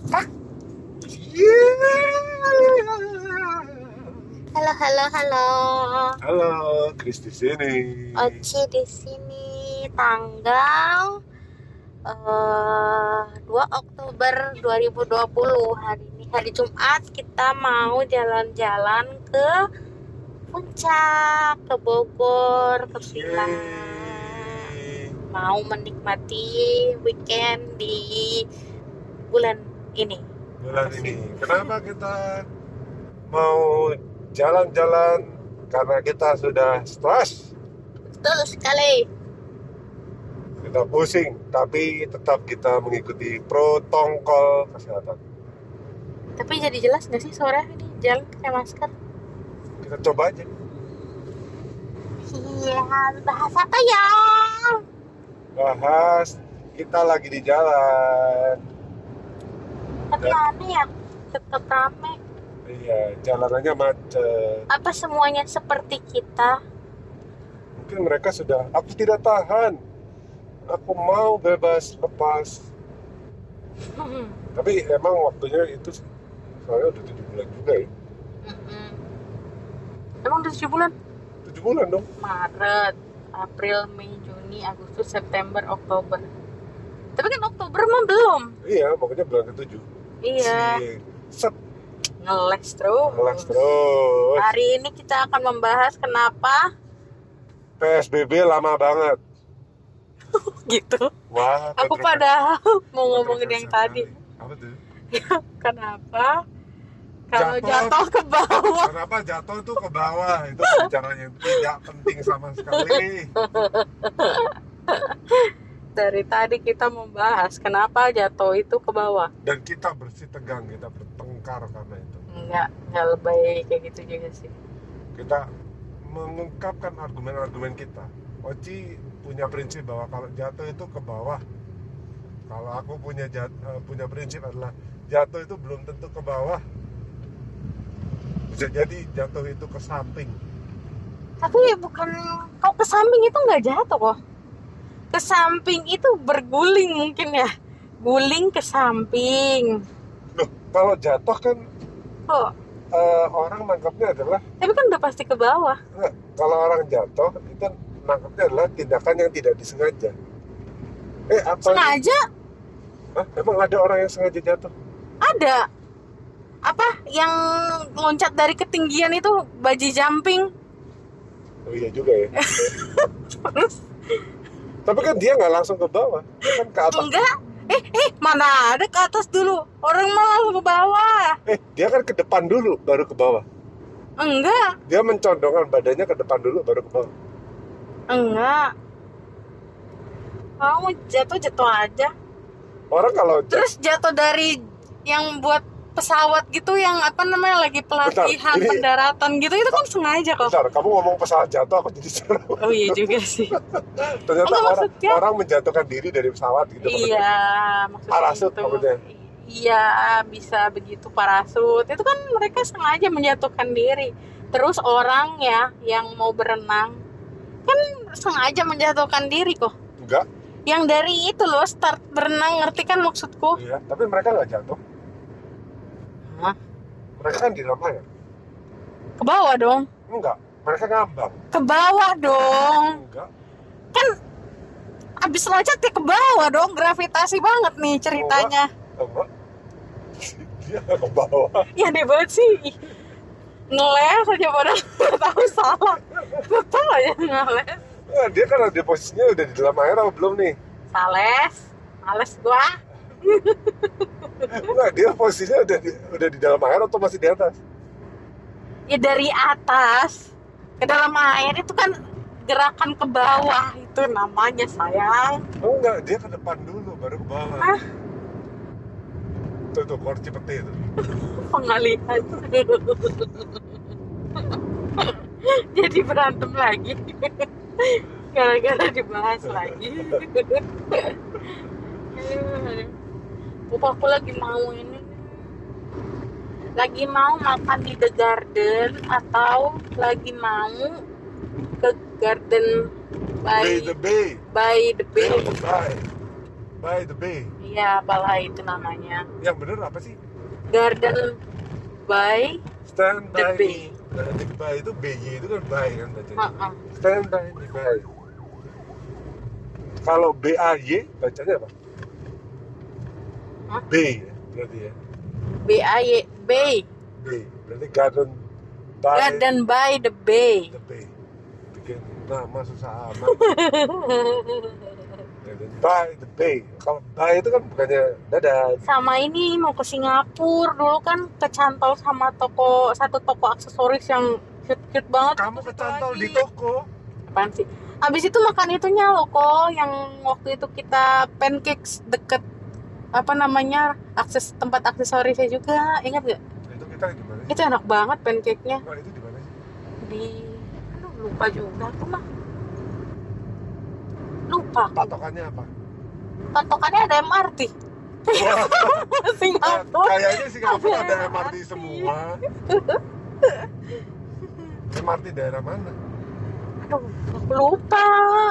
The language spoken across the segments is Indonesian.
Kak? Halo, halo, halo. Halo, Chris di sini. Oci di sini tanggal 2 Oktober 2020. Hari ini hari Jumat, kita mau jalan-jalan ke Puncak, ke Bogor, ke Villa. Mau menikmati weekend di bulan ini. Kenapa kita mau jalan-jalan? Karena kita sudah stres. Betul sekali. Kita pusing, tapi tetap kita mengikuti protokol kesehatan. Tapi jadi jelas nggak sih suara ini jalan pakai masker? Kita coba aja. Iya, bahas apa ya? Bahas kita lagi di jalan. Tapi aneh ya, tetap rame. Iya, jalanannya macet. Apa semuanya seperti kita? Mungkin mereka sudah, aku tidak tahan. Aku mau bebas, lepas. Tapi emang waktunya itu soalnya udah 7 bulan juga ya. Emang udah 7 bulan? 7 bulan dong. Maret, April, Mei, Juni, Agustus, September, Oktober. Tapi kan Oktober mah belum. Iya, makanya bulan ke-7. Iya. Set, Ngeles terus. relax terus. Hari ini kita akan membahas kenapa PSBB lama banget. gitu. Wah, Aku padahal mau ngomongin yang tadi. Apa tuh? Kenapa kalau jatuh ke bawah? Kenapa jatuh tuh ke bawah? Itu pembicaraan yang tidak penting sama sekali. Dari tadi kita membahas kenapa jatuh itu ke bawah. Dan kita bersih tegang, kita bertengkar karena itu. Enggak lebay kayak gitu juga sih. Kita mengungkapkan argumen-argumen kita. Oci punya prinsip bahwa kalau jatuh itu ke bawah. Kalau aku punya prinsip adalah jatuh itu belum tentu ke bawah. Bisa jadi jatuh itu ke samping. Tapi bukan, kalau ke samping itu nggak jatuh kok. Ke samping itu berguling mungkin ya. Guling ke samping. Loh, kalau jatuh kan Kok? orang nangkapnya adalah Tapi kan udah pasti ke bawah. enggak, kalau orang jatuh itu nangkapnya adalah tindakan yang tidak disengaja. Apa? Sengaja Hah? Emang ada orang yang sengaja jatuh? ada. Apa yang loncat dari ketinggian itu bungee jumping? Oh iya juga ya. Tapi kan dia nggak langsung ke bawah, dia kan ke atas. Enggak. Mana ada ke atas dulu. Orang malah langsung ke bawah. Dia kan ke depan dulu, baru ke bawah. Enggak. Dia mencondongkan badannya ke depan dulu, baru ke bawah. Enggak. Kamu jatuh aja. Orang kalau Terus jatuh dari yang buat pesawat gitu, yang apa namanya, lagi pelatihan Bentar, ini- pendaratan gitu, itu kan sengaja kok. Bentar, kamu ngomong pesawat jatuh, aku jadi seru. Oh iya juga sih. Ternyata Enggak, maksudnya- orang menjatuhkan diri dari pesawat gitu. Iya, maksudnya Parasut gitu. maksudnya. Iya, bisa begitu parasut. Itu kan mereka sengaja menjatuhkan diri. Terus orang ya yang mau berenang kan sengaja menjatuhkan diri kok. Enggak, Yang dari itu loh, start berenang, ngerti kan maksudku? iya. Tapi mereka nggak jatuh. Hah? Mereka kan di dalam air. Ke bawah dong. Enggak, mereka ngambang. Ke bawah dong. Enggak. Kan abis loncat ya ke bawah dong. Gravitasi banget nih ceritanya. Enggak. Dia nggak ke bawah. Ya aneh banget sih. Ngeles aja padahal nggak tahu salah. Betul aja ngeles. Nah, dia kan ada posisinya udah di dalam air atau belum nih? Sales. Males gua. Enggak, dia posisinya udah di dalam air atau masih di atas? Ya dari atas ke dalam air itu kan gerakan ke bawah, itu namanya sayang. Oh enggak, dia ke depan dulu baru ke bawah. Hah? Tuh, korci peti itu. Pengalihan. Jadi berantem lagi gara-gara dibahas lagi. Aku lagi mau makan di The Garden, atau lagi mau ke Garden by the Bay. the Bay. Bye. By the Bay. Iya, apalah itu namanya. Yang bener apa sih? Garden by Stand the by Bay. me. Nah, the Bay itu BY itu kan by kan bacanya. Heeh. Stand by the Bay. Kalau BAY bacanya apa? Hah? B ya, berarti ya. BAY Bay. B. Berarti Garden by Garden by the Bay. the Bay. Bikin nama susah amat. Garden by the Bay. Kalau by itu kan bukannya dadah. Sama ini mau ke Singapura dulu kan kecantol sama satu toko aksesoris yang cute banget. Kamu Itu kecantol lagi. di toko. Apaan sih? Abis itu makan itunya loh kok, yang waktu itu kita pancakes deket apa namanya tempat aksesorisnya juga, ingat gak? Itu kita di mana sih? Itu enak banget pancake-nya Oh, itu di mana sih? di, aduh lupa juga aku mah, lupa. Patokannya apa? Patokannya ada MRT. Wah, Singapura. kayaknya Singapura ada MRT semua. MRT daerah mana? Aduh, aku lupa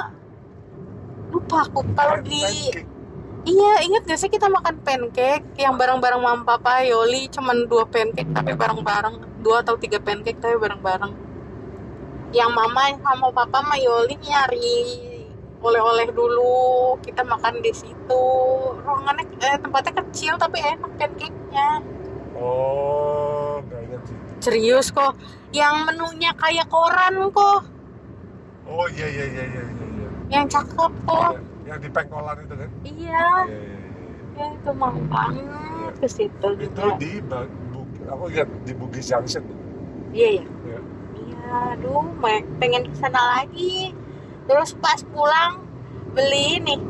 aku kalau di Pancake. iya, ingat gak sih kita makan pancake yang bareng-bareng Mama Papa Yoli, cuman 2 pancake tapi bareng-bareng, 2 atau 3 pancake tapi bareng-bareng. Yang Mama sama Papa sama Yoli nyari oleh-oleh dulu, kita makan di situ. Ruangannya tempatnya kecil tapi enak pancake-nya. Oh, gak ingat sih. Serius kok, yang menunya kayak koran kok, Oh iya. yang cakep kok. Yang di pengkolan itu kan? Iya, Iya. ya itu mau banget ke situ Itu juga. di aku lihat di Bugis Junction. Iya ya. Ya. Iya, aduh, pengen kesana lagi. Terus pas pulang beli ini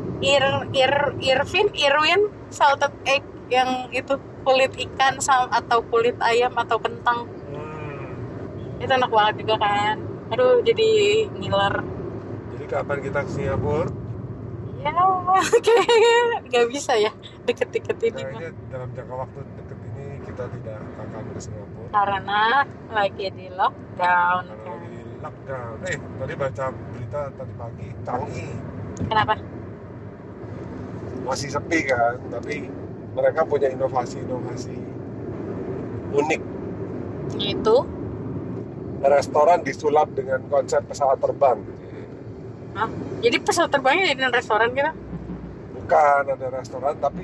Irwin salted egg yang itu kulit ikan atau kulit ayam atau kentang. Itu enak banget juga kan. Aduh, jadi ngiler. Jadi kapan kita ke Singapura? Ya, kayaknya nggak bisa ya deket-deket ini mah. Kayaknya dalam jangka waktu dekat ini kita tidak akan ke Singapura. Karena lagi di lockdown Karena kan. lagi di lockdown. Tadi baca berita tadi pagi, Changi Kenapa? masih sepi kan, tapi mereka punya inovasi unik. Itu Restoran disulap dengan konsep pesawat terbang. Hah? Jadi pesawat terbangnya jadi restoran gitu? Bukan ada restoran, tapi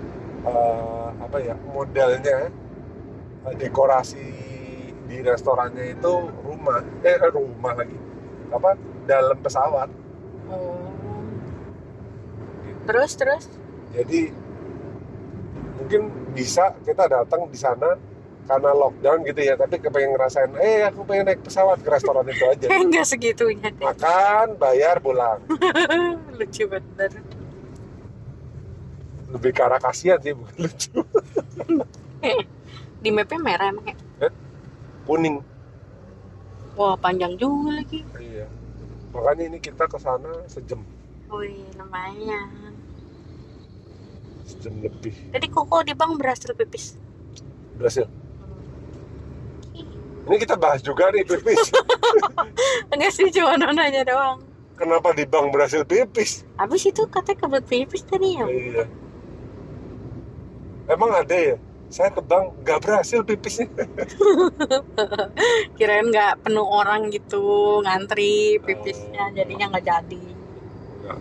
modelnya dekorasi di restorannya itu rumah lagi dalam pesawat. Oh. Terus? Jadi mungkin bisa kita datang di sana karena lockdown gitu ya, tapi kepengen ngerasain aku pengen naik pesawat ke restoran itu aja. Enggak segitunya deh. Makan, bayar, pulang. Lucu bener. Lebih ke arah kasihan sih, bukan lucu. Di mapnya merah emang ya? Kuning. Wah, panjang juga lagi. Iya. Makanya ini kita ke sana sejam Wih, lumayan. lebih. Tadi Koko di bank berhasil pipis. Berhasil. Ini kita bahas juga nih pipis. Enggak sih, cuma nanya doang. Kenapa di bank berhasil pipis? Habis itu katanya kebelet pipis tadi ya. Iya. Emang ada ya? Saya ke bank nggak berhasil pipisnya. Kirain nggak penuh orang gitu ngantri pipisnya, jadinya nggak jadi. Nggak.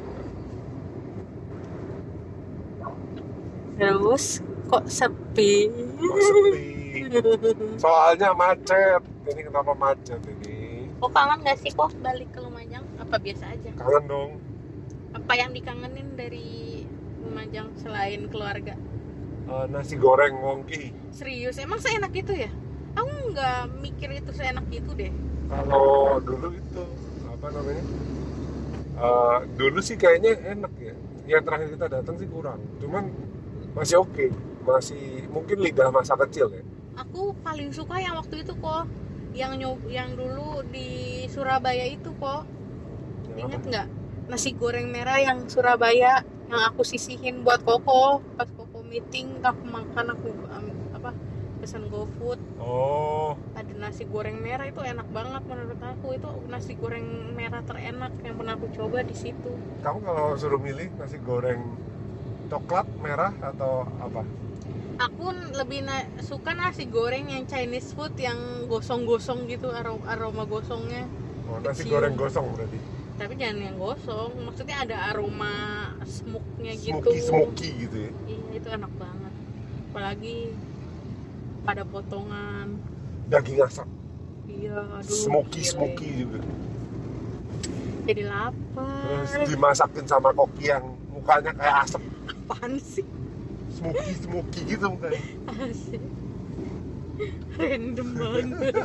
Terus kok sepi? Kok sepi? Soalnya macet. Ini kenapa macet ini? Kok kangen nggak sih kok balik ke Lumajang? Apa biasa aja? Kangen dong. Apa yang dikangenin dari Lumajang selain keluarga? Nasi goreng Wongki. Serius, emang seenak itu ya? Aku nggak mikir itu seenak itu deh. Kalau dulu itu apa namanya? Dulu sih kayaknya enak ya. Yang terakhir kita datang sih kurang. Cuman masih oke. Masih mungkin lidah masa kecil ya. Aku paling suka yang waktu itu kok, yang dulu di Surabaya itu kok. Yang Ingat apa? nggak? Nasi goreng merah yang Surabaya yang aku sisihin buat Koko pas Koko meeting, aku makan, aku pesan GoFood. Oh, Ada nasi goreng merah, itu enak banget menurut aku. Itu nasi goreng merah terenak yang pernah aku coba di situ. kamu kalau suruh milih nasi goreng Coklat, merah atau apa? Aku lebih suka nasi goreng yang Chinese food yang gosong-gosong gitu, aroma gosongnya. Oh, nasi Kecium. goreng gosong berarti. Tapi jangan yang gosong, maksudnya ada aroma smoke-nya gitu. Smoky gitu ya. Iya, itu enak banget. Apalagi pada potongan Daging asap. iya, aduh, Smoky juga. jadi lapar. Terus dimasakin sama koki yang mukanya kayak asap. Apaan sih? Smoky gitu mukanya. Asik. Random banget.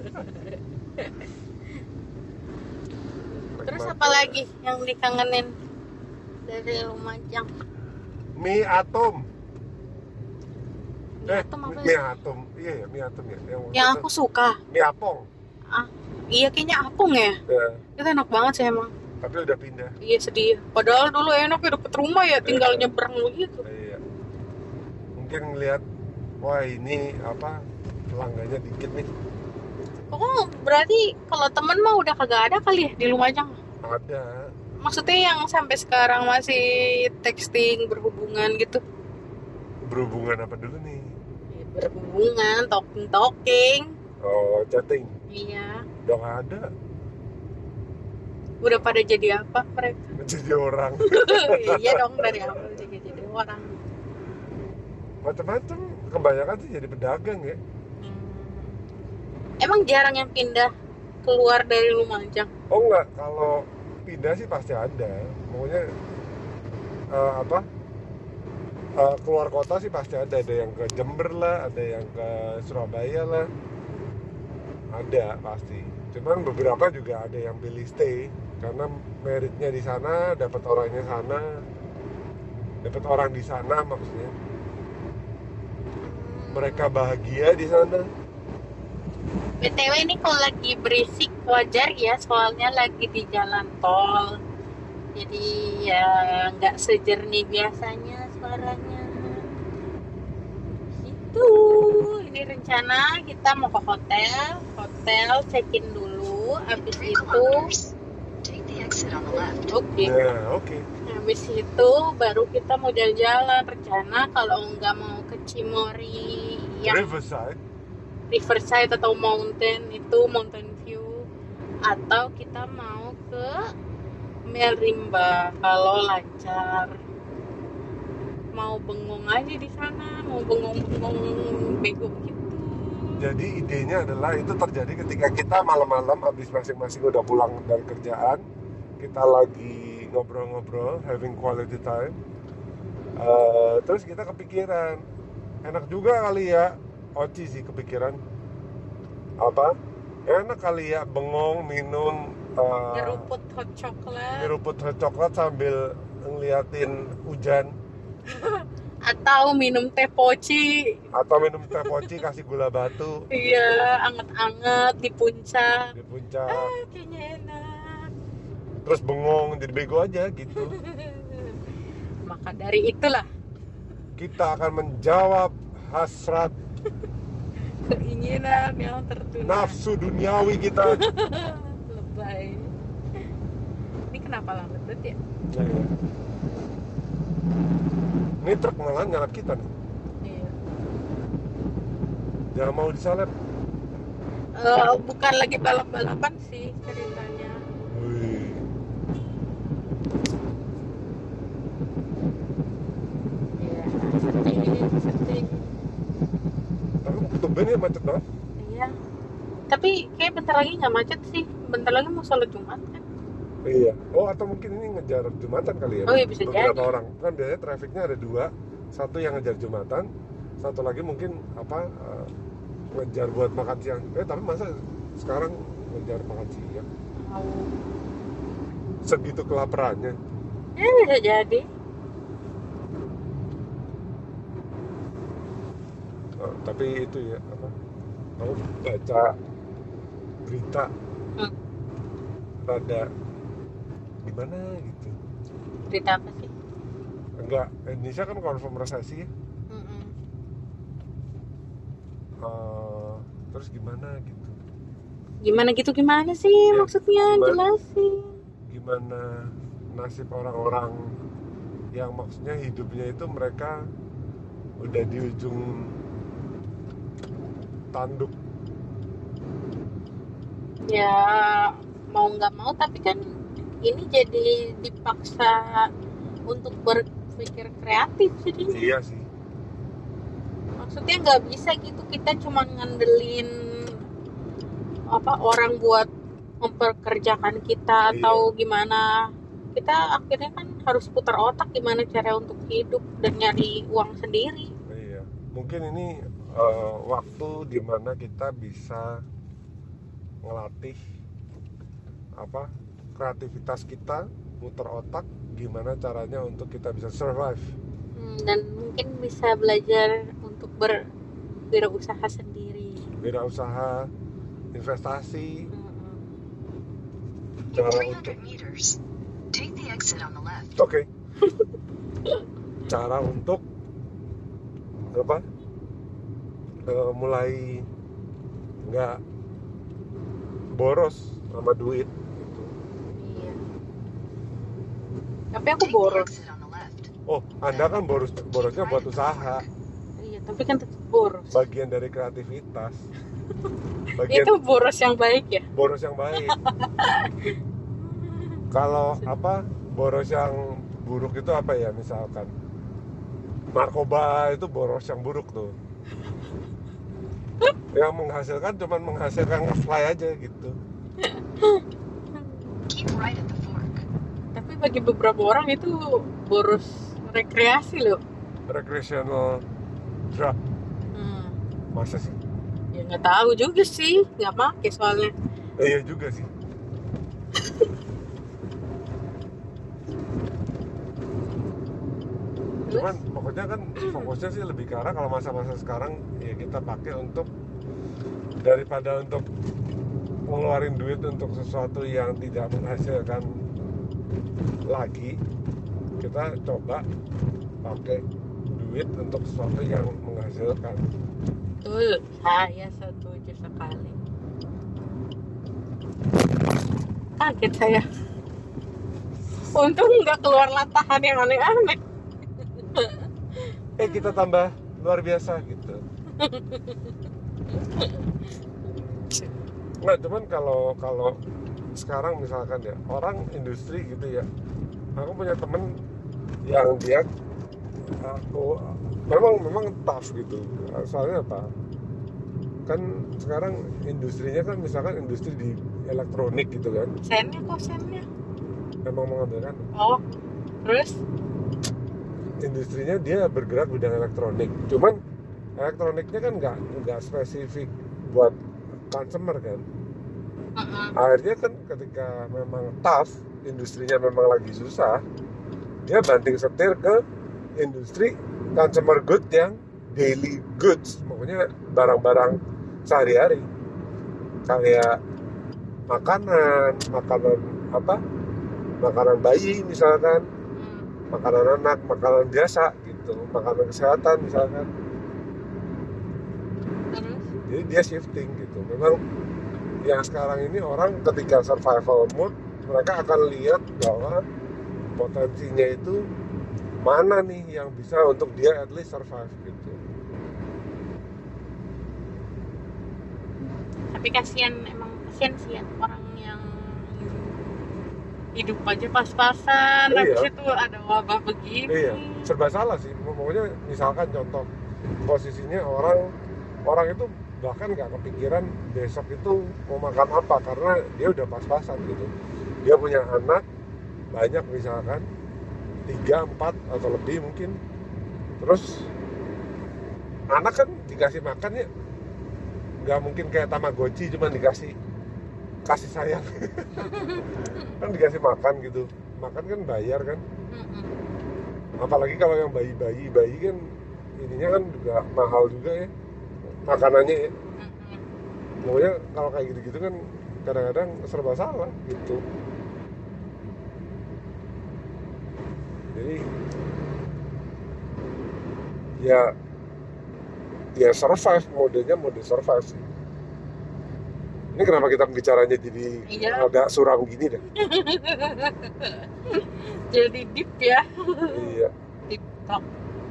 Terus apa lagi yang dikangenin dari Lumajang? Mie atom. Mie atom apa mie sih? atom. Iya ya, mie atom ya. Yang aku suka. Mie apong. Iya, kayaknya apung ya. Ya, Itu enak banget sih emang. tapi udah pindah. Iya, sedih. Padahal dulu enak ya, deket rumah ya, tinggal nyebrang gitu. Iya. Mungkin ngelihat, wah ini apa, pelanggannya dikit nih. Oh, berarti kalau temen mah udah kagak ada kali ya di Lumajang? Ada. Maksudnya yang sampai sekarang masih texting, berhubungan gitu? Berhubungan apa dulu nih? Ya, berhubungan, talking. Oh, chatting. Iya. Udah nggak ada. Udah pada jadi apa mereka? Jadi orang. Iya dong, dari awal juga jadi orang. Macam-macam. Kebanyakan sih jadi pedagang ya. Emang jarang yang pindah keluar dari Lumajang? Oh enggak, kalau pindah sih pasti ada. Pokoknya keluar kota sih pasti ada. Ada yang ke Jember lah, ada yang ke Surabaya lah. Ada pasti. Cuman beberapa juga ada yang pilih stay karena meritnya di sana, dapat orangnya sana, dapat orang di sana maksudnya. Mereka bahagia di sana. BTW ini kalau lagi berisik wajar ya, soalnya lagi di jalan tol. Jadi ya nggak sejernih biasanya suaranya. Itu, ini rencana kita mau ke hotel check-in dulu, habis itu oke. Nah, oke. Habis itu baru kita mau jalan-jalan, rencana kalau nggak mau ke Cimory yang Riverside atau Mountain View, atau kita mau ke Merimba kalau lancar. Mau bengong aja di sana, mau bengong bego gitu. Jadi idenya adalah itu terjadi ketika kita malam-malam habis masing-masing udah pulang dari kerjaan, kita lagi ngobrol-ngobrol, having quality time. Terus kita kepikiran, enak juga kali ya. Oci sih kepikiran apa? Enak kali ya bengong minum Ngeruput hot coklat sambil ngeliatin hujan. Atau minum teh poci. Kasih gula batu. Iya, anget-anget di puncak. Kayaknya enak. Terus bengong jadi bego aja gitu. Maka dari itulah kita akan menjawab hasrat keinginan yang tertunda, nafsu duniawi kita. Lebay. Ini kenapa lambat banget ya? Ya. Ini truk malah nyalap kita nih. Iya. Jangan mau disalep. Bukan lagi balap-balapan sih ceritanya. Wih. Iya, setting. Tapi tumben ya macet banget. Iya. Tapi kayak bentar lagi nggak macet sih. Bentar lagi mau sholat Jumat kan? Iya. Oh, atau mungkin ini ngejar Jumatan kali ya. Oh iya, bisa beberapa jadi. orang. Kan biasanya trafiknya ada dua. Satu yang ngejar Jumatan, satu lagi mungkin ngejar buat makan siang. Tapi masa sekarang ngejar makan siang? Segitu kelaparannya. Bisa jadi. Tapi itu ya kamu baca berita rada gimana gitu. Berita apa sih? Enggak, Indonesia kan confirm resesi ya. Terus gimana gitu. Gimana sih ya, maksudnya jelasin. Gimana nasib orang-orang yang maksudnya hidupnya itu mereka udah di ujung tanduk. Ya mau nggak mau, tapi kan ini jadi dipaksa untuk berpikir kreatif jadinya. Iya sih. Maksudnya nggak bisa gitu kita cuma ngandelin orang buat memperkerjakan kita atau gimana. Kita akhirnya kan harus putar otak gimana cara untuk hidup dan nyari uang sendiri. Iya, mungkin ini waktu dimana kita bisa ngelatih kreativitas kita, putar otak gimana caranya untuk kita bisa survive. Dan mungkin bisa belajar untuk berwirausaha sendiri. Wirausaha, investasi, cara untuk take the exit on the left. Oke. Cara untuk mulai nggak boros sama duit gitu. Iya. Tapi aku boros. Oh, Anda kan borosnya buat usaha. Iya, tapi kan tetap boros. Bagian dari kreativitas. Itu boros yang baik ya? Boros yang baik. Kalau boros yang buruk itu apa ya, misalkan narkoba itu boros yang buruk tuh. Yang menghasilkan cuman menghasilkan nge-fly aja gitu. Keep right at the fork. Tapi bagi beberapa orang itu boros rekreasi loh. Recreational drug. Masa sih? Ya nggak tahu juga sih, nggak pakai soalnya. Iya juga sih. Cuman pokoknya kan fokusnya sih lebih ke arah kalau masa-masa sekarang ya kita pakai untuk daripada untuk ngeluarin duit untuk sesuatu yang tidak menghasilkan lagi, kita coba pakai duit untuk sesuatu yang menghasilkan. Betul, saya setuju sekali. Kaget saya. Untung nggak keluar latahan yang aneh-aneh. Kita tambah luar biasa gitu. Nah, cuman kalau sekarang misalkan ya orang industri gitu ya, aku punya temen yang dia memang tough gitu. Soalnya apa? Kan sekarang industrinya kan misalkan industri di elektronik gitu kan. Sennya. Emang mengambilkan. Oh, terus? Industrinya dia bergerak bidang elektronik. Cuman elektroniknya kan nggak spesifik buat consumer kan. Akhirnya kan ketika memang tough, industrinya memang lagi susah, dia banting setir ke industri consumer good yang daily goods, pokoknya barang-barang sehari-hari, kayak makanan bayi misalkan, makanan anak, makanan biasa gitu, makanan kesehatan misalkan. Jadi dia shifting gitu. Memang yang sekarang ini orang ketika survival mode, mereka akan lihat bahwa potensinya itu mana nih yang bisa untuk dia at least survive gitu. Tapi kasihan sih ya orang yang hidup aja pas-pasan, habis itu ada wabah begini. Iya, serba salah sih. Pokoknya misalkan contoh posisinya orang itu bahkan nggak kepikiran besok itu mau makan apa karena dia udah pas-pasan gitu. Dia punya anak banyak misalkan 3, 4 atau lebih mungkin. Terus anak kan dikasih makan ya nggak mungkin kayak Tamagotchi cuma dikasih kasih sayang. Kan dikasih makan gitu, makan kan bayar kan. Apalagi kalau yang bayi kan ininya kan juga mahal juga ya makanannya ya. Pokoknya kalau kayak gitu-gitu kan kadang-kadang serba salah gitu. Jadi ya survive, modenya mode survive sih. Ini kenapa kita bicaranya jadi Iya. agak suram gini deh? Jadi deep ya. Iya. Deep talk.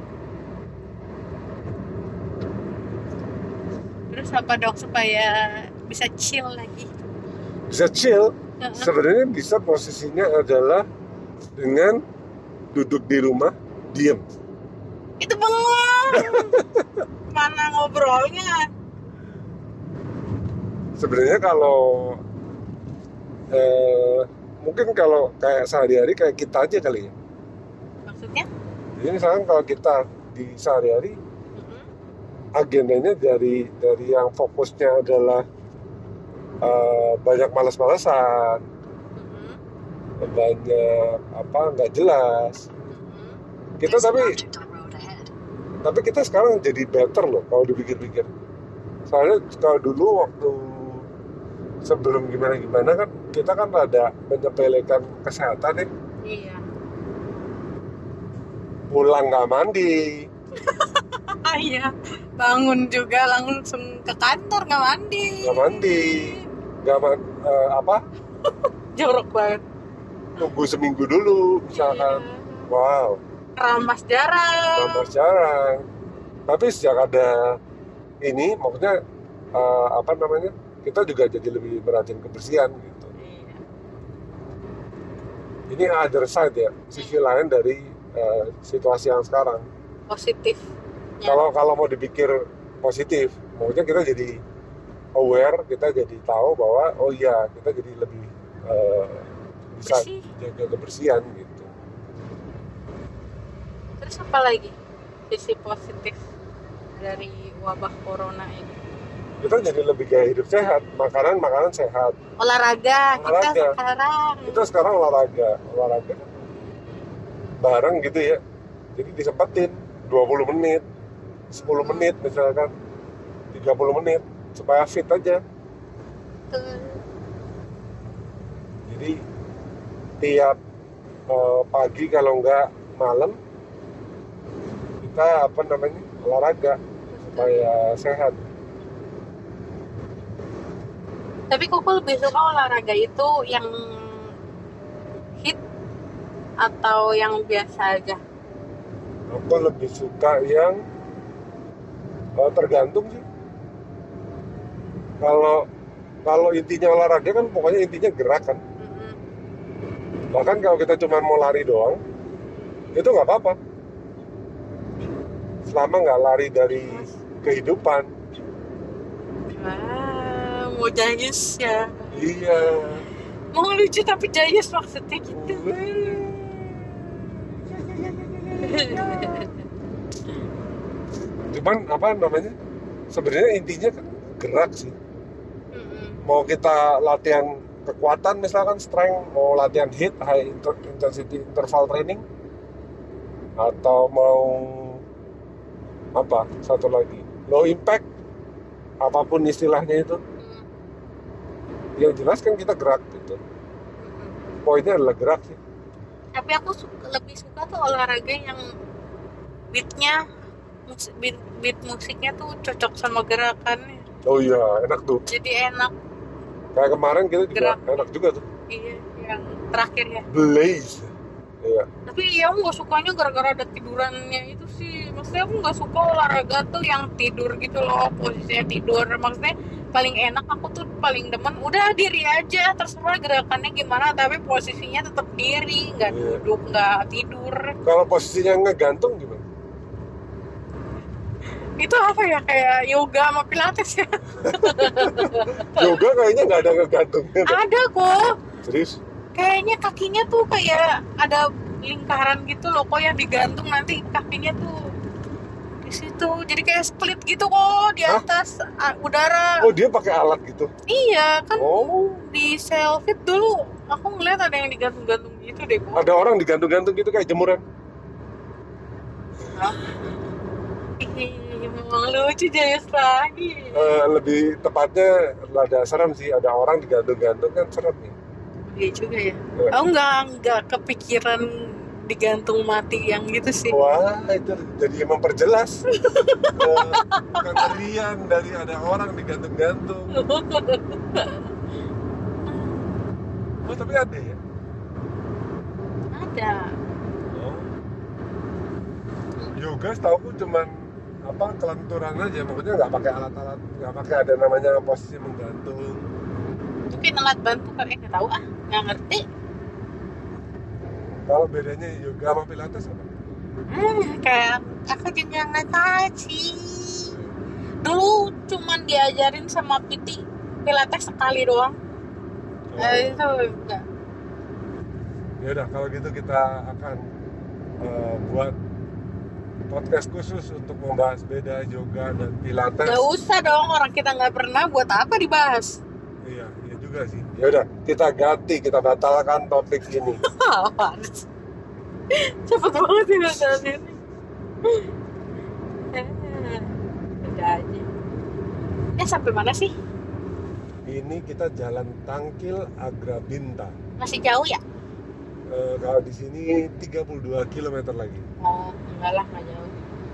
Terus apa dong supaya bisa chill lagi? Bisa chill. Heeh. Sebenarnya bisa posisinya adalah dengan duduk di rumah, diem. Itu bengong. Mana ngobrolnya? Sebenarnya kalau mungkin kalau kayak sehari-hari kayak kita aja kali ya. Maksudnya? Jadi misalkan kalau kita di sehari-hari Mm-mm. agendanya dari yang fokusnya adalah banyak malas-malasan, Mm-mm. banyak apa nggak jelas. Mm-mm. Kita There's an tapi object on road ahead. kita sekarang jadi better loh kalau dipikir-pikir. Soalnya kalau dulu waktu sebelum gimana kan kita kan rada menyepelekan kesehatan ya. Iya. Pulang nggak mandi, Iya. Bangun juga langsung ke kantor nggak mandi. apa Jorok banget. tunggu seminggu dulu misalkan. Iya. Wow, Ramas jarang. tambah jarang. Tapi sejak ada ini, maksudnya apa namanya, kita juga jadi lebih merhatiin kebersihan gitu. Iya. Ini other side ya, sisi lain dari situasi yang sekarang. Positif. Kalau mau dipikir positif, maksudnya kita jadi aware, kita jadi tahu bahwa oh iya kita jadi lebih bisa Bersih. jaga kebersihan gitu. Terus apa lagi sisi positif dari wabah corona ini? Kita jadi lebih gaya hidup sehat, makanan sehat. Olahraga. Olahraga. Kita sekarang olahraga bareng gitu ya. Jadi disempetin 20 menit, 10 menit misalkan, 30 menit supaya fit aja. Tuh. Jadi tiap pagi kalau enggak malam kita apa namanya olahraga supaya sehat. Tapi Koko lebih suka olahraga itu yang hit atau yang biasa aja? Aku lebih suka yang tergantung sih. Kalau intinya olahraga kan pokoknya intinya gerak kan. Mm-mm. Bahkan kalau kita cuma mau lari doang, itu nggak apa-apa. Selama nggak lari dari kehidupan. Wah, mau jayus ya? Iya. Mau lucu tapi jayus maksudnya gitu. Cuman apa namanya? Sebenarnya intinya kan gerak sih. Mm-mm. Mau kita latihan kekuatan misalkan strength, mau latihan HIIT high intensity interval training, atau mau apa satu lagi low impact, apapun istilahnya itu, yang jelas kan kita gerak gitu. Mm-mm. Poinnya adalah gerak sih. Tapi aku lebih suka tuh olahraga yang beatnya, beat musiknya tuh cocok sama gerakannya. Oh iya, enak tuh. Jadi enak. Kayak kemarin kita juga Gerak. enak juga tuh. Iya, yang terakhir ya. Blaze. Iya. Tapi ya aku nggak sukanya gara-gara ada tidurannya itu sih. Maksudnya aku nggak suka olahraga tuh yang tidur gitu loh, posisinya tidur. Maksudnya paling enak aku tuh paling demen udah diri aja, terserah gerakannya gimana, tapi posisinya tetap diri, nggak Iya. duduk, nggak tidur. Kalau posisinya ngegantung gimana? Itu apa ya, kayak yoga sama pilates ya? Yoga kayaknya nggak ada ngegantungnya tuh. Ada kok. Serius? Kayaknya kakinya tuh kayak ada lingkaran gitu loh, kok yang digantung nanti kakinya tuh di situ. Jadi kayak split gitu kok di Hah? atas udara. Oh dia pakai alat gitu? Iya kan, Oh. di Selfit dulu aku ngeliat ada yang digantung-gantung gitu deh kok. Ada orang digantung-gantung gitu kayak jemuran? Ih, memang lucu Jayus lagi. Lebih tepatnya rada serem sih, ada orang digantung-gantung kan serem nih. Iya juga ya. Iya. Aku nggak kepikiran digantung mati yang gitu sih. Wah, itu jadi memperjelas kengerian dari ada orang digantung-gantung. Oh, tapi ada ya? Ada. Oh. Yoga setahu cuman kelenturan aja, maksudnya nggak pakai alat-alat, nggak pakai ada namanya posisi menggantung. Mungkin alat bantu kayak nggak tahu nggak ngerti. Kalau bedanya yoga sama pilates apa? Kayak aku juga nggak tahu sih. Dulu cuman diajarin sama PT pilates sekali doang. Itu enggak. Ya udah, kalau gitu kita akan buat podcast khusus untuk membahas beda yoga dan pilates. Gak usah dong, orang kita nggak pernah, buat apa dibahas? Iya juga sih. Ya udah, kita ganti, kita batalkan topik ini. Apaan sih? Cepet banget sih batalin ini. Udah aja. Sampai mana sih? Ini kita jalan Tangkil Agrabinta. Masih jauh ya? Kalau di sini 32 km lagi. Oh, enggak lah, nggak jauh.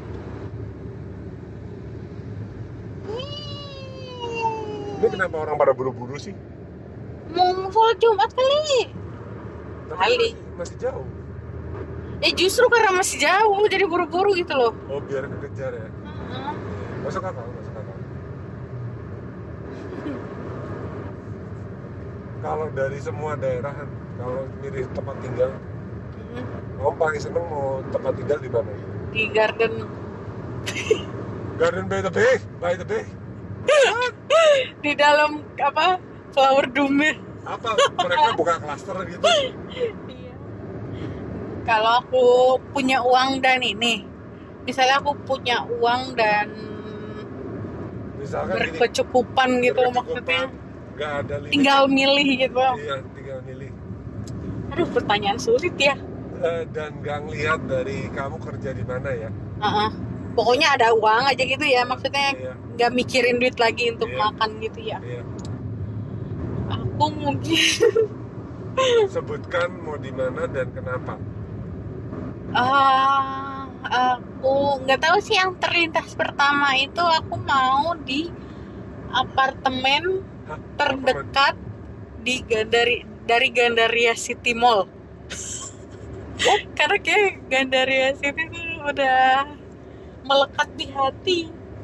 Ini kenapa orang pada buru-buru sih? Mau sholat Jumat kali. Tapi Kali. masih jauh. Justru karena masih jauh jadi buru-buru gitu loh. Oh, biar kekejar ya. Masuk akal. Kalau dari semua daerah, kalau milih tempat tinggal, kamu paling seneng mau tempat tinggal di mana? Di Garden Garden by the Bay. di dalam Flower Dome. Apa mereka buka klaster gitu? Iya. Kalau aku punya uang dan misalnya aku punya uang dan Misalkan berkecukupan gitu maksudnya. Nggak ada limit. Tinggal milih gitu. Iya, tinggal milih. Aduh, pertanyaan sulit ya. Dan nggak ngelihat dari kamu kerja di mana ya. Pokoknya ada uang aja gitu ya, maksudnya Iya. nggak mikirin duit lagi untuk Iya. makan gitu ya. Iya. Aku mungkin Sebutkan mau di mana dan kenapa. aku nggak tahu sih, yang terlintas pertama itu aku mau di apartemen Hah? terdekat dari Gandaria City Mall. Karena kayak Gandaria City tuh udah melekat di hati.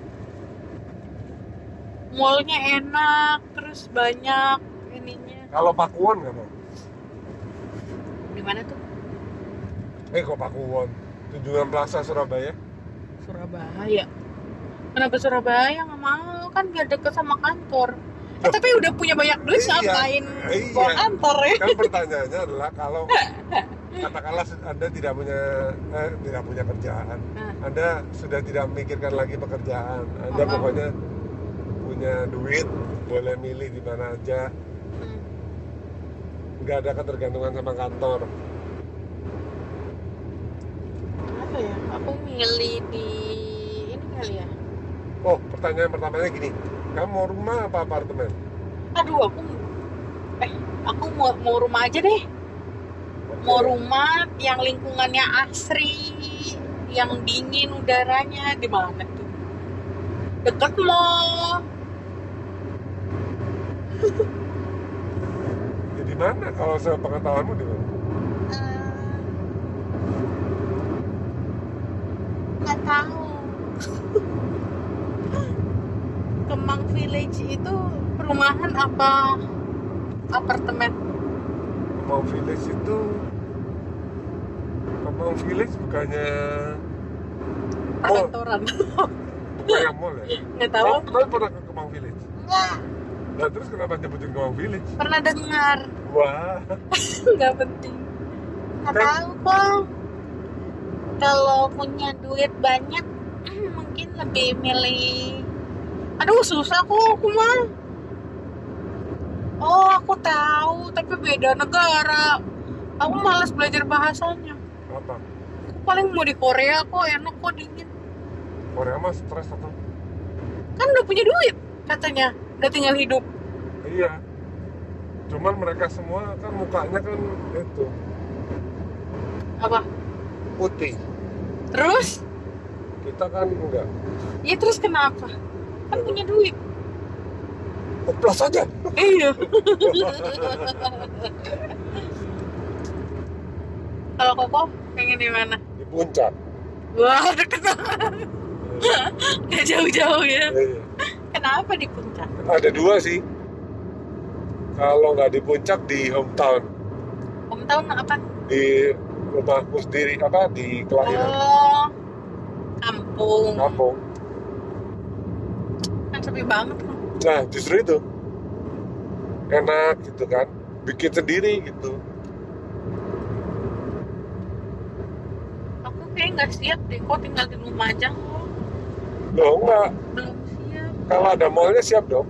Mallnya enak, terus banyak ininya. Kalau Pakuwon nggak mau? Di mana tuh? Kok Pakuwon? Tunjungan Plaza Surabaya? Surabaya. Kenapa Surabaya? Nggak mau, kan gak deket sama kantor. Tapi udah punya banyak duit, ngapain bawa kantor ya? Kan pertanyaannya adalah kalau katakanlah Anda tidak punya kerjaan, Anda sudah tidak memikirkan lagi pekerjaan, Anda pokoknya punya duit, boleh milih di mana aja, nggak ada ketergantungan sama kantor. Apa ya? Aku milih di ini kali ya. Oh, pertanyaan pertamanya gini, kamu mau rumah apa apartemen? Aduh, aku mau rumah aja deh. Mau rumah yang lingkungannya asri, yang dingin udaranya. Di mana tuh? Deket mall. Ya di mana? Kalau sepengetahuanmu di mana? Nggak tahu. Kemang Village itu perumahan apa apartemen? Kemang Village itu bukannya mall, Perkantoran. bukannya mall ya? Nggak tahu. Kamu pernah ke Kemang Village? Nggak. Nah terus kenapa nyebutin Kemang Village? Pernah dengar. Wah, Nggak penting. Nggak tahu kok. Kalau punya duit banyak, mungkin lebih milih. Aduh, susah kok aku mah. Oh, aku tahu, tapi beda negara. Aku malas belajar bahasanya. apa? Aku paling mau di Korea kok, enak kok, dingin. Korea mah stres atau? Kan udah punya duit katanya, udah tinggal hidup. Iya. Cuman mereka semua kan mukanya kan itu Apa? putih. Terus? Kita kan enggak. Ya terus kenapa? Kan punya duit. Oplos aja. Iya. Kalau Koko pengen di mana? Di puncak. Wah, deket banget. Gak jauh-jauh ya. Iya. Kenapa di puncak? Ada dua sih. Kalau nggak di puncak, di hometown, Hometown apa? di rumahku sendiri, di kelahiran Oh, kampung. kampung. Kan sepi banget loh. Nah, justru itu enak gitu kan, bikin sendiri gitu. Aku kayak nggak siap deh, kok tinggal di Lumajang. Loh enggak, Belum siap. kalau ada mallnya siap dong.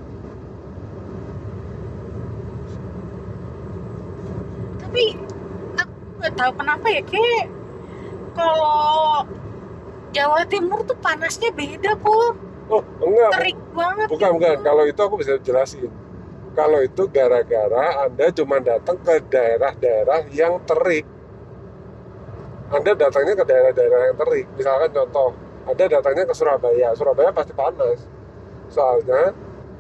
Tapi aku nggak tahu kenapa ya, kayak kalau Jawa Timur tuh panasnya beda kok. Oh enggak, Terik banget. bukan. gitu. Kalau itu aku bisa jelasin. Kalau itu gara-gara Anda cuma datang ke daerah-daerah yang terik. Anda datangnya ke daerah-daerah yang terik. Misalkan contoh, Anda datangnya ke Surabaya. Surabaya pasti panas. Soalnya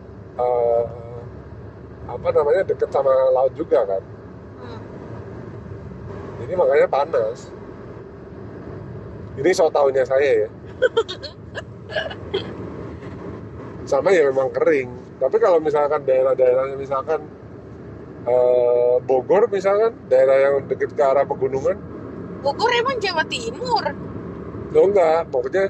deket sama laut juga kan. Hmm. Jadi makanya panas. Ini so taunya saya ya. Sama ya memang kering. Tapi kalau misalkan daerah-daerahnya misalkan Bogor misalkan, daerah yang dekat ke arah pegunungan, Bogor emang Jawa Timur. lo enggak, pokoknya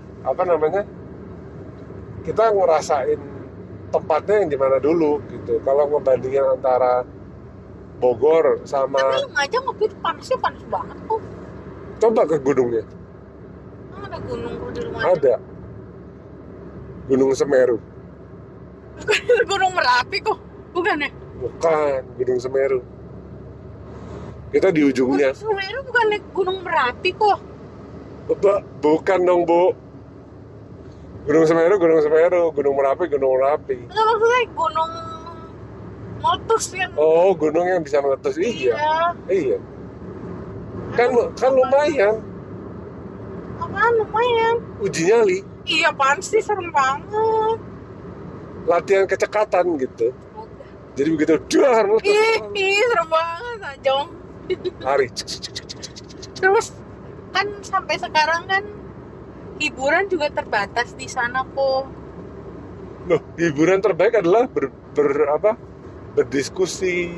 kita ngerasain tempatnya yang gimana dulu gitu. Kalau ngebandingin antara Bogor sama, Tapi Lumajang waktu itu panasnya panas banget kok. coba ke gunungnya, Ada gunung kok di Lumajang. ada Gunung Semeru, Gunung Merapi kok. Bukan ya? bukan Gunung Semeru. Kita di ujungnya. Gunung Semeru bukan Gunung Merapi kok. Bukan dong, Bu. Gunung Semeru, Gunung Merapi. Enggak, maksudnya gunung meletus yang Oh, gunung yang bisa meletus. Iya. Kan lumayan. Apaan lumayan? Uji nyali, Iya, apaan sih, serem banget. latihan kecekatan gitu. Udah. Jadi begitu dar meletus. Serem banget, Ajong. Lari. Terus kan sampai sekarang kan hiburan juga terbatas di sana kok. Loh, hiburan terbaik adalah berdiskusi,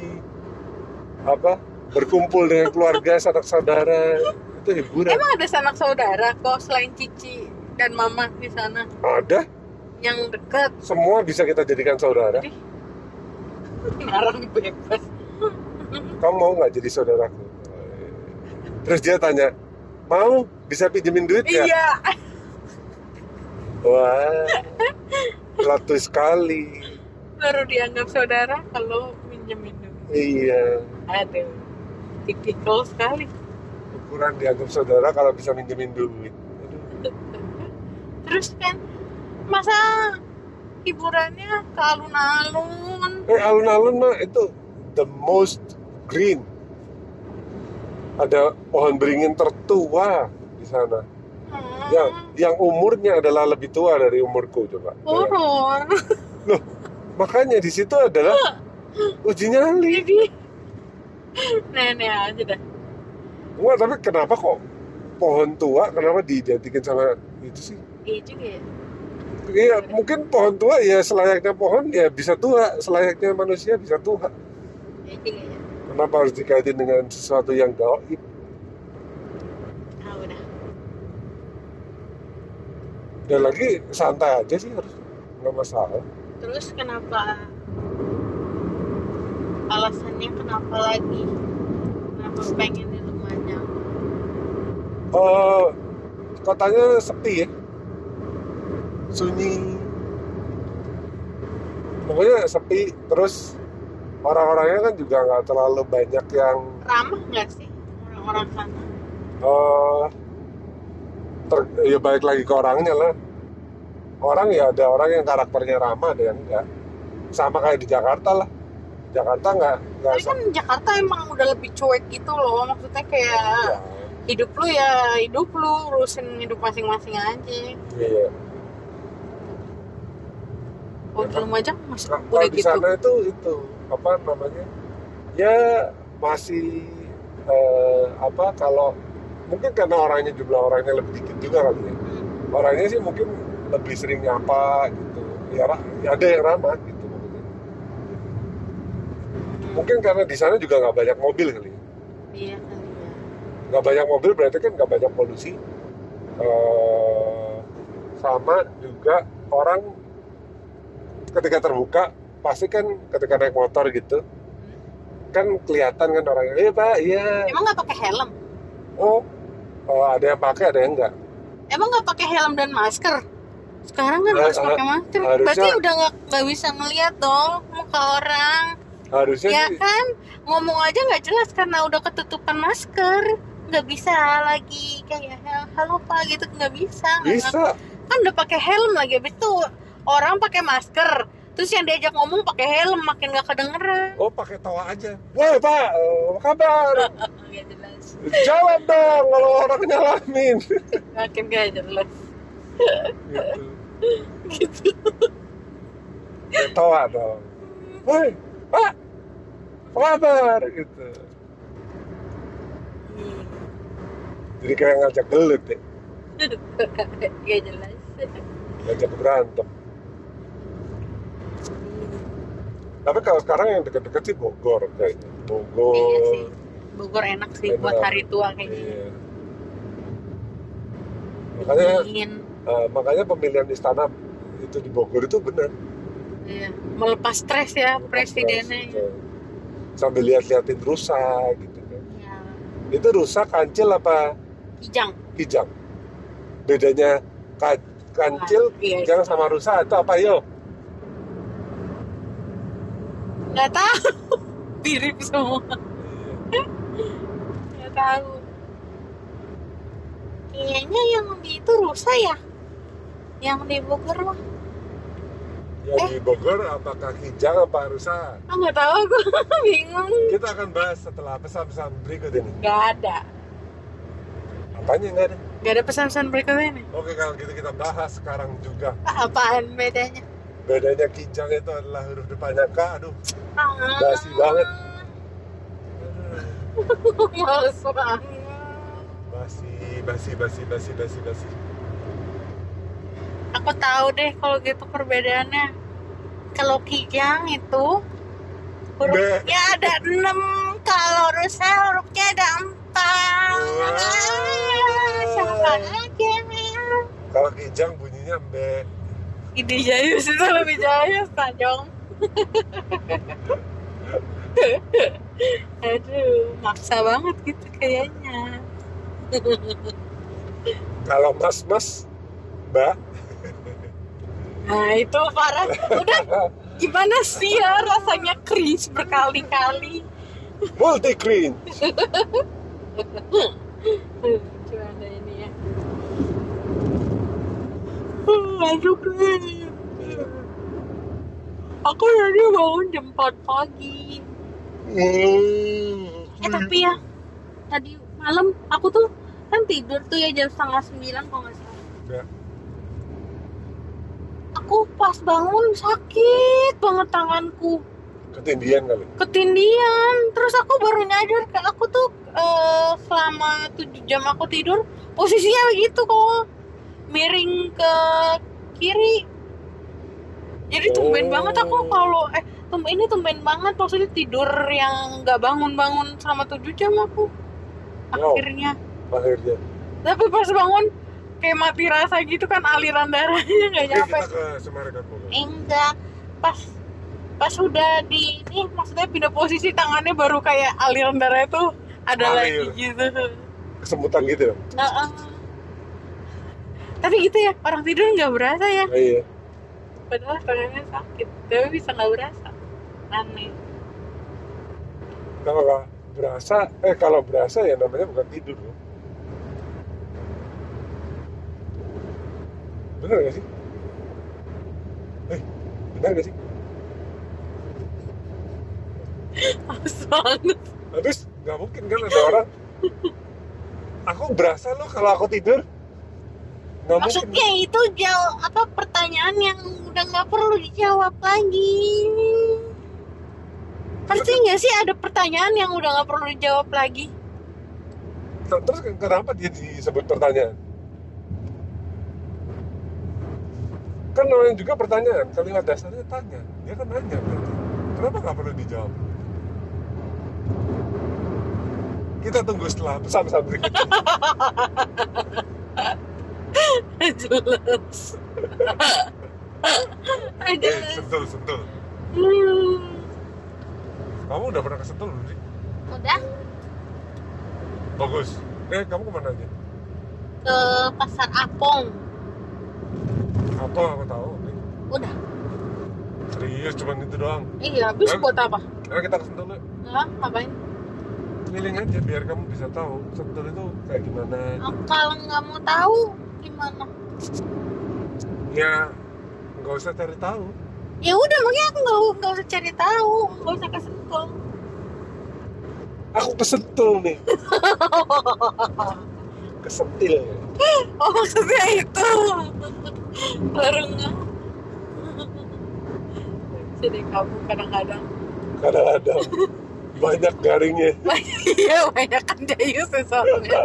berkumpul dengan keluarga, sanak saudara. Itu hiburan. Emang ada sanak saudara kok selain Cici dan Mama di sana Ada, yang dekat. semua bisa kita jadikan saudara. Jadi ngarang bebas. Kamu mau nggak jadi saudaraku? Terus dia tanya, mau? Bisa pinjemin duit nggak? Iya. Wah, latu sekali. Baru dianggap saudara kalau minjemin duit. Iya, Aduh, tipikal sekali. ukuran dianggap saudara kalau bisa minjemin duit. Aduh. Terus kan masa hiburannya ke alun-alun. Alun-alun mah itu the most green. Ada pohon beringin tertua di sana. Yang umurnya adalah lebih tua dari umurku, coba. Horor. Loh, makanya di situ adalah uji nyali. Jadi nenek aja dah. Enggak, tapi kenapa kok pohon tua kenapa diidentikin sama itu sih? Iya juga ya. Iya, mungkin pohon tua ya selayaknya pohon ya bisa tua, selayaknya manusia bisa tua. Iya juga ya. Kenapa harus dikaitin dengan sesuatu yang gaib? Ah, udah. Dan lagi santai aja sih, harus nggak masalah. Terus kenapa alasannya kenapa lagi? Kenapa pengen di Lumajang? Kotanya sepi ya, sunyi. Pokoknya sepi, terus orang-orangnya kan juga nggak terlalu banyak yang Ramah nggak sih orang-orang sana? ya balik lagi ke orangnya lah. Orang ya ada orang yang karakternya ramah, ada yang enggak. Sama kayak di Jakarta lah. Jakarta nggak Tapi kan Jakarta emang udah lebih cuek gitu loh. Maksudnya kayak ya, hidup lu ya hidup lu, urusin hidup masing-masing aja. Iya. Oh di Lumajang masih Kalau udah di gitu. sana itu apa namanya? Ya masih kalau mungkin karena jumlah orangnya lebih dikit juga kali ya. Orangnya sih mungkin lebih sering nyapa gitu. Ya ada yang ramah gitu maksudnya. Mungkin karena di sana juga nggak banyak mobil kali ya. Iya kali ya. Nggak banyak mobil berarti kan nggak banyak polusi. Sama juga orang ketika terbuka pasti kan ketika naik motor gitu kan kelihatan kan orangnya, iya pak, iya. Emang nggak pakai helm? Oh, ada yang pakai, ada yang enggak. Emang nggak pakai helm dan masker? Sekarang kan harus pakai masker. Harusnya- Berarti udah nggak bisa ngeliat dong muka orang. Harusnya Ya sih, kan, ngomong aja nggak jelas karena udah ketutupan masker. Nggak bisa lagi kayak halo pak gitu, nggak bisa. bisa. Kan udah pakai helm lagi, habis itu orang pakai masker. Terus yang diajak ngomong pakai helm, makin nggak kedengeran. Oh, pakai tawa aja. Woi pak, apa kabar? Nggak jelas. Jawab dong kalau orang nyalamin. Makin nggak jelas. Gitu. Pakai tawa dong. Woi, pak, apa kabar? Gitu. Jadi kayak ngajak gelut ya, Nggak jelas. ngajak berantem. Tapi kalau sekarang yang deket-deket sih Bogor kayaknya. Bogor. Iya sih. Bogor enak sih buat Enak. hari tua kayaknya. Iya. Makanya Dingin. makanya pemilihan istana itu di Bogor itu benar. Iya. Melepas stres ya presidennya. Gitu. Sambil lihat-liatin rusa gitu kan. Ya. Itu rusa kancil apa Kijang. kijang? Bedanya kancil, Iya, kijang iya. sama rusa itu apa yo? Nggak tahu. Mirip semua. Nggak tahu. Kayaknya yang di itu rusa ya. Yang di Bogor mah. Yang di Bogor apakah kijang apa rusa? Ah, nggak tahu aku. Bingung. Kita akan bahas setelah pesan-pesan berikut ini. Nggak ada. Apanya nggak ada? Nggak ada pesan-pesan berikutnya nih. Oke, kalau gitu kita bahas sekarang juga. Apaan bedanya? Bedanya kijang itu adalah huruf depannya K. Aduh, Ah. basi banget. Males banget. Basi. Aku tahu deh kalau gitu perbedaannya. Kalau kijang itu hurufnya ada 6, kalau rusa hurufnya ada 4. Sama aja. Kalau kijang bunyinya B. Ide Jayus itu lebih jayus, Tajong. Aduh, maksa banget gitu kayaknya. Kalau mas, Mbak. Nah itu parah. Udah gimana sih ya rasanya cringe berkali-kali. Multi cringe. Cuma ada ini ya. Aduh cringe. Aku tadi bangun jam 4 pagi. Tapi ya tadi malam aku tuh kan tidur tuh ya jam 8:30 kalau nggak salah. Ya. Aku pas bangun sakit banget tanganku, Ketindian kali. ketindian. Terus aku baru nyadar ke aku tuh selama 7 jam aku tidur posisinya begitu kok, miring ke kiri. Jadi tumben banget aku kalau tumben banget maksudnya tidur yang nggak bangun selama 7 jam aku akhirnya. Akhirnya. Tapi pas bangun kayak mati rasa gitu kan, aliran darahnya nggak Oke, nyampe. kita ke Semarang Bogor. Enggak, pas udah di ini maksudnya pindah posisi tangannya baru kayak aliran darah itu ada Ngalir. lagi gitu. Kesemutan gitu. Nah, tapi gitu ya, orang tidur nggak berasa ya, Iya. padahal tangannya sakit tapi bisa nggak berasa. Aneh. Kalau berasa ya namanya bukan tidur loh. Bener gak sih? Bener gak sih? Males banget. Terus nggak mungkin kan ada orang Aku berasa loh kalau aku tidur. Nggak mungkin. Maksudnya itu pertanyaan yang udah nggak perlu dijawab lagi. Pasti nggak sih ada pertanyaan yang udah nggak perlu dijawab lagi? Terus kenapa dia disebut pertanyaan? Kan namanya juga pertanyaan, kalimat dasarnya tanya. Dia kan nanya berarti. Kenapa nggak perlu dijawab? Kita tunggu setelah pesan-pesan berikut. Jelas. Sentul. Kamu udah pernah ke Sentul belum sih? Udah Bagus. Kamu kemana aja? ke Pasar Apong. Apa aku tahu. Udah. Serius cuman itu doang. Iya, habis buat apa? Ayo kita ke Sentul yuk. Hah, ngapain? Keliling aja biar kamu bisa tahu Sentul itu kayak gimana. Kalau nggak mau tahu gimana? Ya nggak usah cari tahu. Ya udah, makanya aku nggak usah cari tahu, nggak usah ke Sentul. Aku ke Sentul nih. Kesentil. Oh, maksudnya itu. Baru nggak. Jadi kamu kadang-kadang. Kadang-kadang banyak garingnya. Iya, banyak kan jayus soalnya.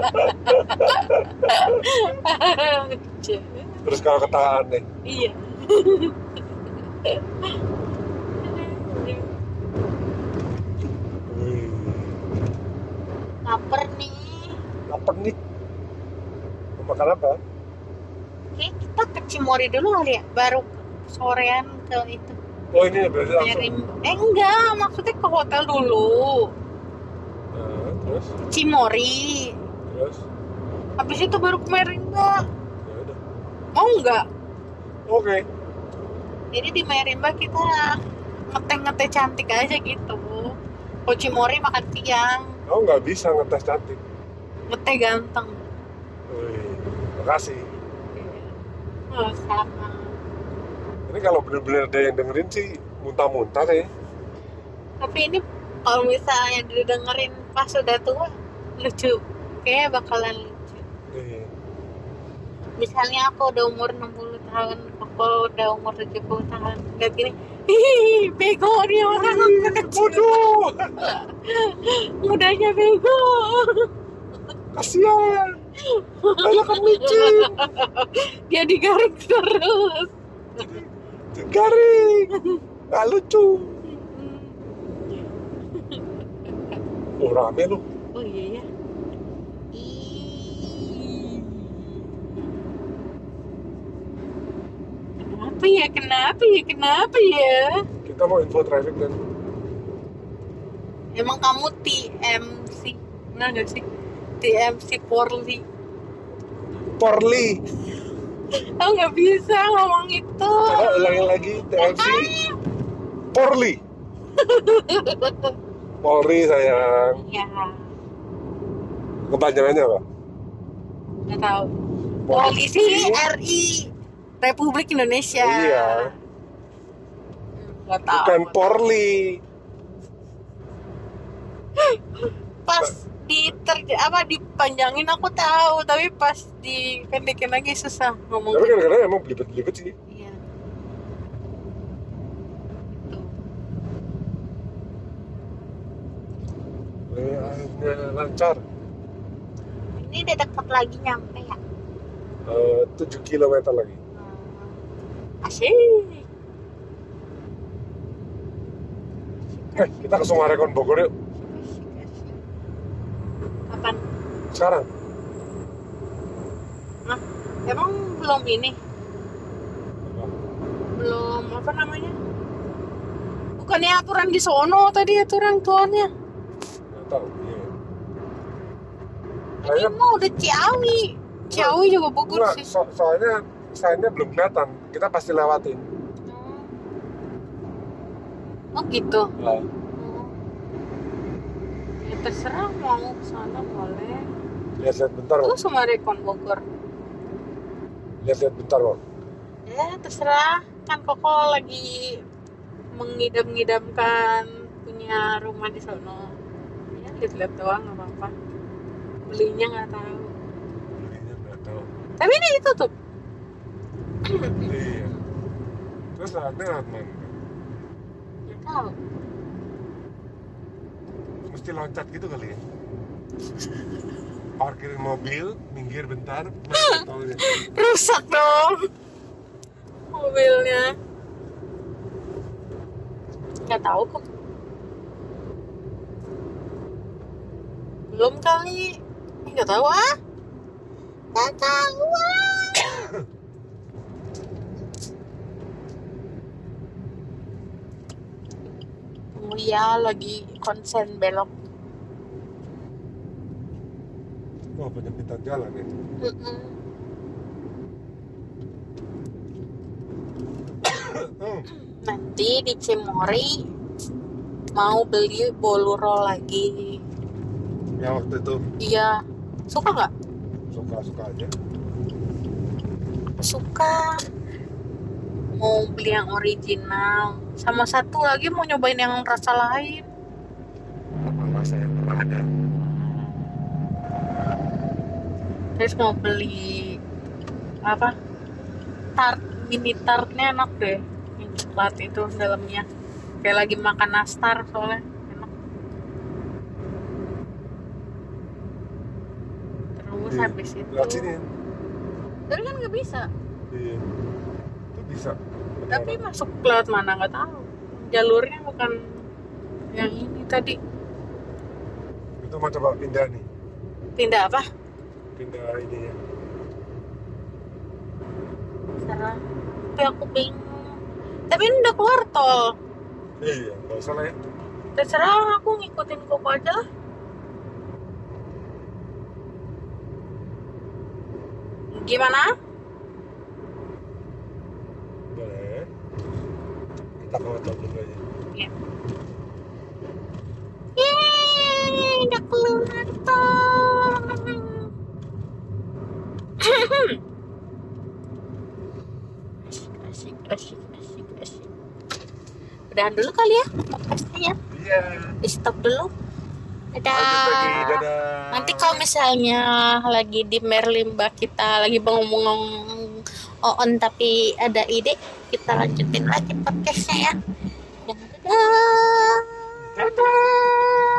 Terus kalau kata aneh. Iya. Wih, Laper nih. lapar nih. Mau makan apa? Oke, kita ke Cimory dulu kali ya, baru sorean ke itu. Oh ini berarti langsung. Enggak, maksudnya ke hotel dulu. Nah, terus? Cimory. Terus? Habis itu baru ke Merimba. Ya udah. Mau nggak? Oke. Jadi di Merimba kita ngeteh cantik aja gitu. Kalau Cimory makan siang, Kamu nggak bisa ngetes cantik. ngeteh ganteng. Wih, makasih. Oh, sama. Ini kalau bener-bener ada yang dengerin sih muntah-muntah kayak. Tapi ini kalau misalnya didengerin pas udah tua, lucu. Kayaknya bakalan lucu. Iya. Misalnya aku udah umur 60 tahun, aku udah umur 70 tahun, lihat gini, hihihi, bego dia orang kecil, Bodoh. mudanya bego. Kasihan. Banyak kan licin. Dia digaring terus. Garing. Nggak lucu. Oh rame lu. Oh iya ya. Ih. Kenapa ya? Kita mau info traffic dan Emang kamu TMC, benar nggak sih? TMC Porli. Porli. Aku nggak bisa ngomong itu. Coba ulangin lagi TMC. Porli. Polri sayang. Ya, Kepanjangannya apa? nggak tahu. Polisi RI Republik Indonesia. Iya. Nggak tahu. Bukan Porli. Pas dipanjangin aku tahu, tapi pas dipendekin lagi susah Tapi ngomongnya. kadang-kadang emang belibet-belibet sih. Iya. Akhirnya lancar. Ini udah dekat lagi nyampe ya. 7 km lagi. Asyik. Kita ke Sumarekon Bogor yuk. Kapan? Sekarang. Nah, emang belum ini? Belum apa namanya? Bukannya aturan di sono tadi aturan tuannya? Nggak tahu. Iya. Ini Kayaknya mau udah Ciawi. Ciawi juga Bogor enggak, sih. soalnya sign-nya belum kelihatan. Kita pasti lewatin. Oh gitu. Nah, Ya terserah mau ke sana boleh. lihat-lihat bentar, Itu Bang. Sumarekon Bogor. Lihat-lihat bentar, Bang. Ya terserah, kan Koko lagi mengidam-ngidamkan punya rumah di sono. Ya lihat-lihat doang nggak apa-apa. Belinya nggak tahu. Tapi ini ditutup. Iya. Terus lewat mana? Nggak tahu. Mesti loncat gitu kali ya. Parkirin mobil, minggir bentar, masuk tolnya. Rusak dong mobilnya. Nggak tahu kok. Belum kali. Nggak tahu ah. Nggak tahu ah. Oh iya, lagi konsen belok. Oh, penyempitan jalan ya. Nanti di Cimory mau beli boluro lagi. Ya waktu itu Iya, suka nggak? suka aja. Suka. Mau beli yang original. Sama satu lagi mau nyobain yang rasa lain. Apa saya pernah ada. Terus mau beli apa? Tart, mini tartnya enak deh. Yang coklat itu dalamnya. Kayak lagi makan nastar soalnya enak. Terus habis itu. Lewat sini. Tapi kan nggak bisa. Iya. Itu bisa. Tapi masuk lewat mana nggak tahu. Jalurnya bukan yang ini tadi. Itu mau coba pindah nih. Pindah apa? Pindah ini ya. Serah. Tapi aku bingung. Tapi ini udah keluar tol. Iya, nggak usah lah ya. Terserah, aku ngikutin Koko aja lah. Gimana? Boleh. Kita keluar tol dulu aja. Ya. Yeay, udah keluar tol. Asik. Udahan dulu kali ya podcastnya. Iya. Di stop dulu. Lanjut lagi, Dadah. dadah. Nanti kalau misalnya lagi di Merlimba kita lagi ngomong on tapi ada ide, kita lanjutin lagi podcastnya ya. Dadah.